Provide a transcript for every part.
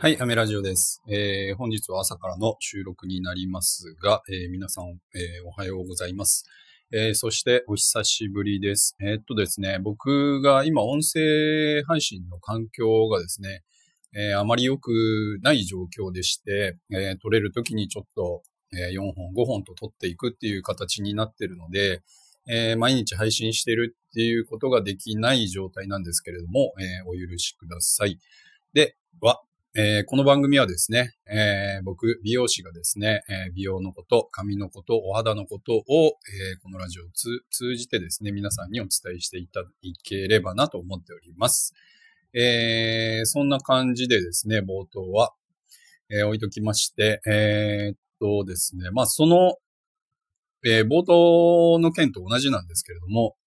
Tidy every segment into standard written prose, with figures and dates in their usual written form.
はい、アメラジオです。本日は朝からの収録になりますが、皆さん、おはようございます。そしてお久しぶりです。ですね、僕が今音声配信の環境がですね、あまり良くない状況でして、撮れる時にちょっと、4本、5本と撮っていくっていう形になってるので、毎日配信してるっていうことができない状態なんですけれども、お許しください。では、この番組はですね、僕、美容師がですね、美容のこと、髪のこと、お肌のことを、このラジオを通じてですね、皆さんにお伝えしていただければなと思っております。そんな感じでですね、冒頭は、置いときまして、ですね、まあ、その、冒頭の件と同じなんですけれども、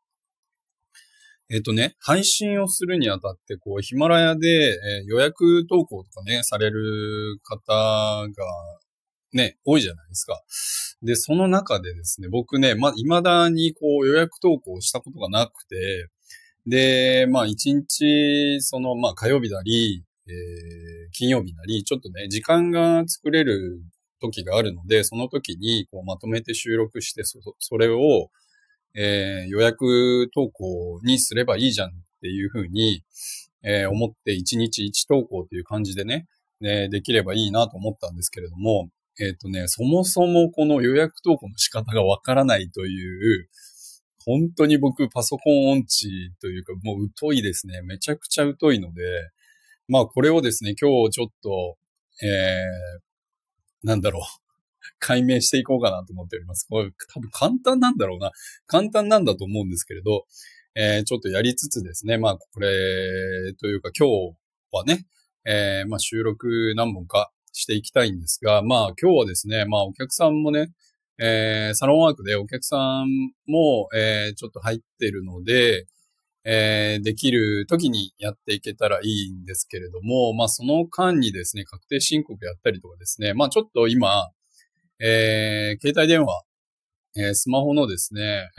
配信をするにあたって、ヒマラヤで、予約投稿とかね、される方がね、多いじゃないですか。で、その中でですね、僕ね、未だに予約投稿したことがなくて、で、一日、火曜日なり、金曜日なり、ちょっとね、時間が作れる時があるので、その時にまとめて収録して、それを、予約投稿にすればいいじゃんっていうふうに、思って1日1投稿という感じでね、できればいいなと思ったんですけれども、そもそもこの予約投稿の仕方がわからないという、本当に僕パソコン音痴というかもう疎いですね。めちゃくちゃ疎いので、これをですね、今日ちょっと、なんだろう。解明していこうかなと思っております。これ多分簡単なんだろうな。簡単なんだと思うんですけれど、ちょっとやりつつですね、これというか今日はね、収録何本かしていきたいんですが、今日はですね、お客さんもね、サロンワークでお客さんも、ちょっと入ってるので、できる時にやっていけたらいいんですけれども、その間にですね、確定申告やったりとかですね、ちょっと今、携帯電話、スマホのですね、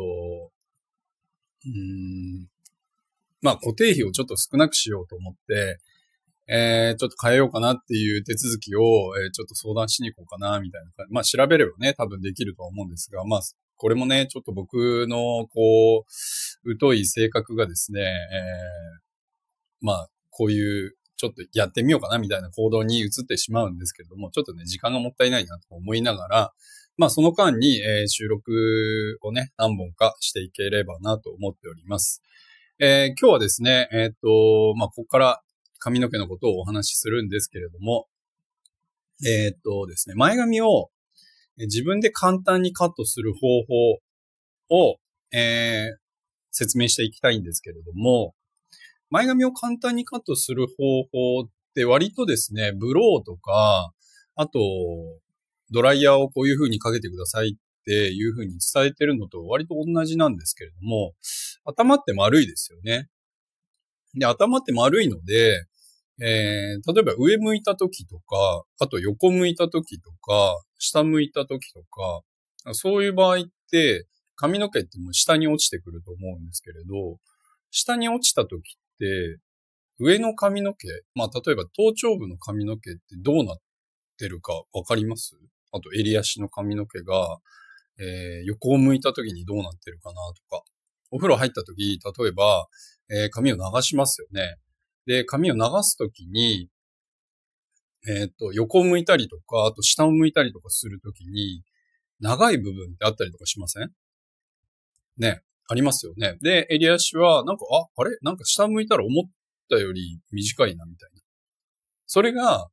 うーん、固定費をちょっと少なくしようと思って、ちょっと変えようかなっていう手続きを、ちょっと相談しに行こうかな、みたいな。調べればね、多分できるとは思うんですが、これもね、ちょっと僕の、疎い性格がですね、こういう、ちょっとやってみようかな、みたいな行動に移ってしまうんですけれども、ちょっとね、時間がもったいないなと思いながら、その間に、収録をね、何本かしていければなと思っております。今日はですね、ここから髪の毛のことをお話しするんですけれども、ですね、前髪を自分で簡単にカットする方法を、説明していきたいんですけれども、前髪を簡単にカットする方法って割とですね、ブローとか、あと、ドライヤーをこういう風にかけてくださいっていう風に伝えてるのと割と同じなんですけれども、頭って丸いですよね。で、頭って丸いので、例えば上向いた時とか、あと横向いた時とか、下向いた時とか、そういう場合って髪の毛ってもう下に落ちてくると思うんですけれど、下に落ちた時って、上の髪の毛、例えば頭頂部の髪の毛ってどうなってるかわかります？あと襟足の髪の毛が、横を向いた時にどうなってるかなとか。お風呂入った時、例えば、髪を流しますよね。で、髪を流す時に、横を向いたりとか、あと下を向いたりとかする時に、長い部分ってあったりとかしません？ね。ありますよね。で、襟足は、あれなんか下向いたら思ったより短いな、みたいな。それが、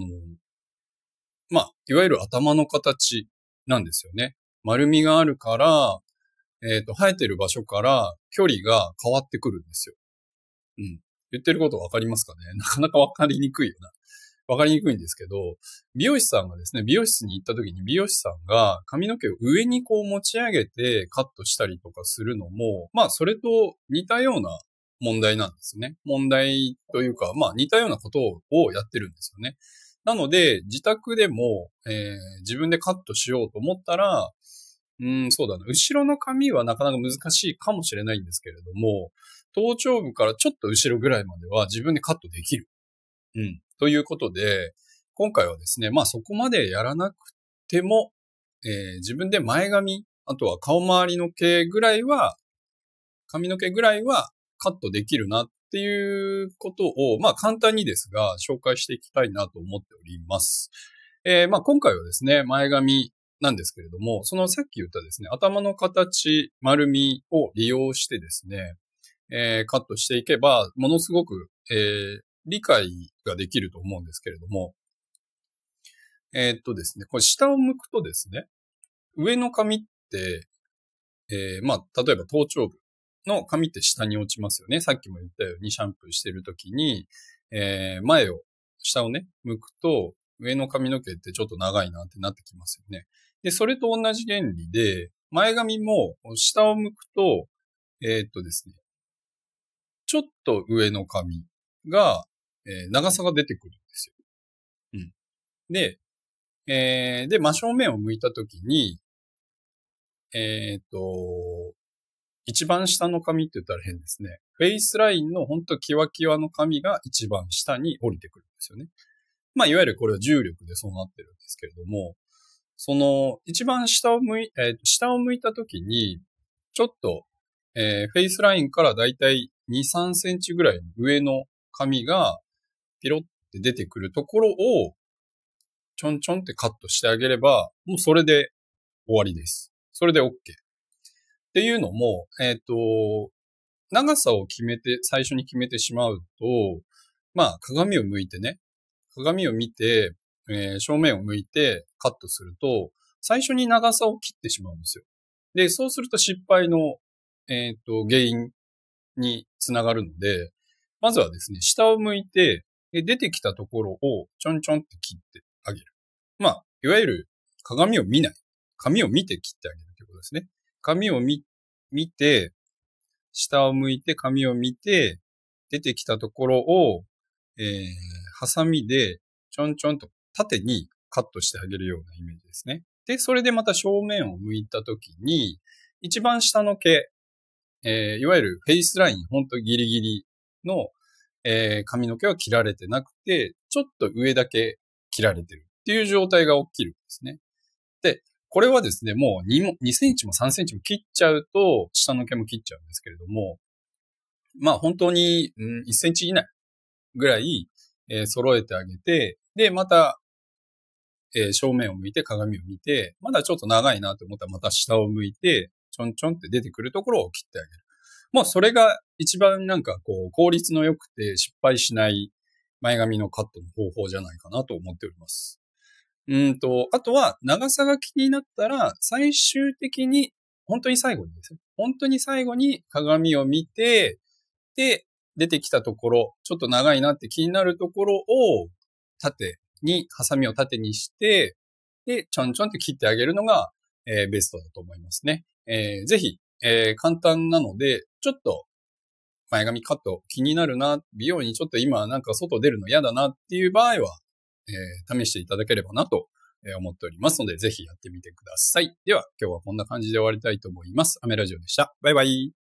いわゆる頭の形なんですよね。丸みがあるから、生えてる場所から距離が変わってくるんですよ。うん。言ってることわかりますかね？なかなかわかりにくいよな。わかりにくいんですけど、美容師さんがですね、美容室に行った時に美容師さんが髪の毛を上に持ち上げてカットしたりとかするのも、それと似たような問題なんですね。問題というか、似たようなことをやってるんですよね。なので、自宅でも、自分でカットしようと思ったら、そうだな。後ろの髪はなかなか難しいかもしれないんですけれども、頭頂部からちょっと後ろぐらいまでは自分でカットできる。うん。 ということで、今回はですね、そこまでやらなくても、自分で前髪、あとは顔周りの毛ぐらいは、髪の毛ぐらいはカットできるなっていうことを、簡単にですが、紹介していきたいなと思っております。今回はですね、前髪なんですけれども、そのさっき言ったですね、頭の形、丸みを利用してですね、カットしていけば、ものすごく、理解ができると思うんですけれども、ですね、これ下を向くとですね、上の髪って、例えば頭頂部の髪って下に落ちますよね。さっきも言ったようにシャンプーしてるときに、下をね、向くと、上の髪の毛ってちょっと長いなってなってきますよね。で、それと同じ原理で、前髪も下を向くと、ですね、ちょっと上の髪が、長さが出てくるんですよ。うん。で、真正面を向いたときに、一番下の髪って言ったら変ですね。フェイスラインのほんとキワキワの髪が一番下に降りてくるんですよね。いわゆるこれは重力でそうなってるんですけれども、その、一番下を向いたときに、ちょっと、フェイスラインからだいたい2、3センチぐらいの上の髪がピロって出てくるところを、ちょんちょんってカットしてあげれば、もうそれで終わりです。それで OK。っていうのも、長さを最初に決めてしまうと、鏡を向いてね、鏡を見て、正面を向いてカットすると、最初に長さを切ってしまうんですよ。で、そうすると失敗の、原因につながるので、まずはですね、下を向いて、出てきたところをちょんちょんって切ってあげる。いわゆる鏡を見ない。髪を見て切ってあげるということですね。髪を見て、下を向いて髪を見て、出てきたところを、ハサミでちょんちょんと縦にカットしてあげるようなイメージですね。で、それでまた正面を向いたときに、一番下の毛、いわゆるフェイスライン、ほんとギリギリの、髪の毛は切られてなくて、ちょっと上だけ切られてるっていう状態が起きるんですね。で、これはですね、もう2センチも3センチも切っちゃうと、下の毛も切っちゃうんですけれども、本当に、1センチ以内ぐらい、揃えてあげて、で、また、正面を向いて鏡を見て、まだちょっと長いなと思ったらまた下を向いて、ちょんちょんって出てくるところを切ってあげる。もうそれが一番効率の良くて失敗しない前髪のカットの方法じゃないかなと思っております。あとは長さが気になったら最終的に本当に最後にですね。本当に最後に鏡を見て、で、出てきたところ、ちょっと長いなって気になるところをハサミを縦にして、で、ちょんちょんって切ってあげるのが、ベストだと思いますね。ぜひ、簡単なので、ちょっと前髪カット気になるな、美容にちょっと今外出るの嫌だなっていう場合は、試していただければなと思っておりますので、ぜひやってみてください。では、今日はこんな感じで終わりたいと思います。アメラジオでした。バイバイ。